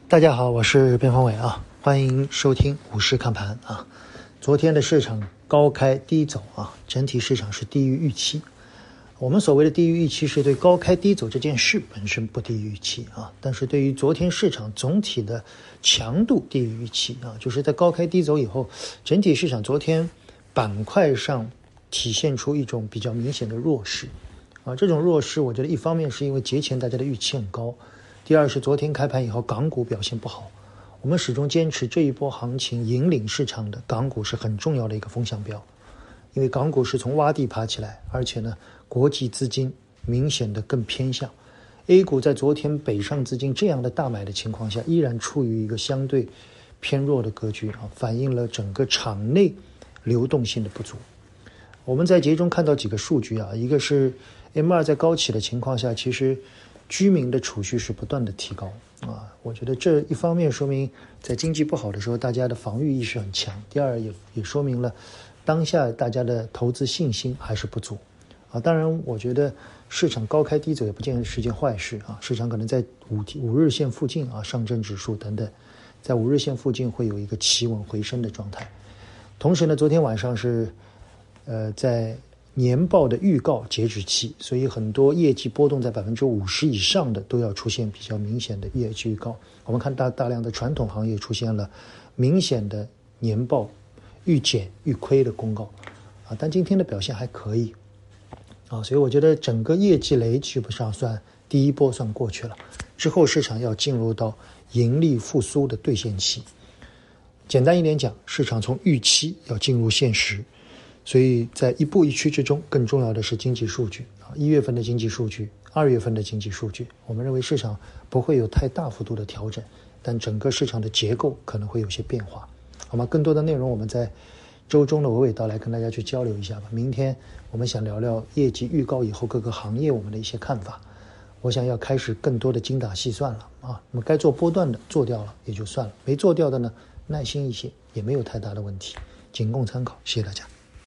大家好，我是边锋伟啊，欢迎收听股市看盘啊。昨天的市场高开低走啊，整体市场是低于预期。我们所谓的低于预期是对高开低走这件事本身不低于预期啊，但是对于昨天市场总体的强度低于预期啊，就是在高开低走以后，整体市场昨天板块上体现出一种比较明显的弱势啊。这种弱势我觉得一方面是因为节前大家的预期很高，第二是昨天开盘以后港股表现不好。我们始终坚持这一波行情引领市场的港股是很重要的一个风向标，因为港股是从洼地爬起来，而且呢国际资金明显的更偏向 A 股，在昨天北上资金这样的大买的情况下，依然处于一个相对偏弱的格局啊，反映了整个场内流动性的不足。我们在节中看到几个数据啊，一个是 M2 在高企的情况下，其实居民的储蓄是不断的提高啊，我觉得这一方面说明在经济不好的时候，大家的防御意识很强；第二也说明了当下大家的投资信心还是不足啊。当然，我觉得市场高开低走也不见得是件坏事啊。市场可能在五日线附近啊，上证指数等等，在5日线附近会有一个企稳回升的状态。同时呢，昨天晚上是在年报的预告截止期，所以很多业绩波动在50%以上的都要出现比较明显的业绩预告。我们看大量的传统行业出现了明显的年报预减预亏的公告啊，但今天的表现还可以啊，所以我觉得整个业绩雷基本上算第一波算过去了，之后市场要进入到盈利复苏的兑现期。简单一点讲，市场从预期要进入现实，所以在一步一趋之中，更重要的是经济数据啊，1月份的经济数据，2月份的经济数据，我们认为市场不会有太大幅度的调整，但整个市场的结构可能会有些变化。好吗？更多的内容我们在周中的娓娓道来跟大家去交流一下吧。明天我们想聊聊业绩预告以后各个行业我们的一些看法，我想要开始更多的精打细算了啊。那么该做波段的做掉了也就算了，没做掉的呢，耐心一些也没有太大的问题，仅供参考。谢谢大家。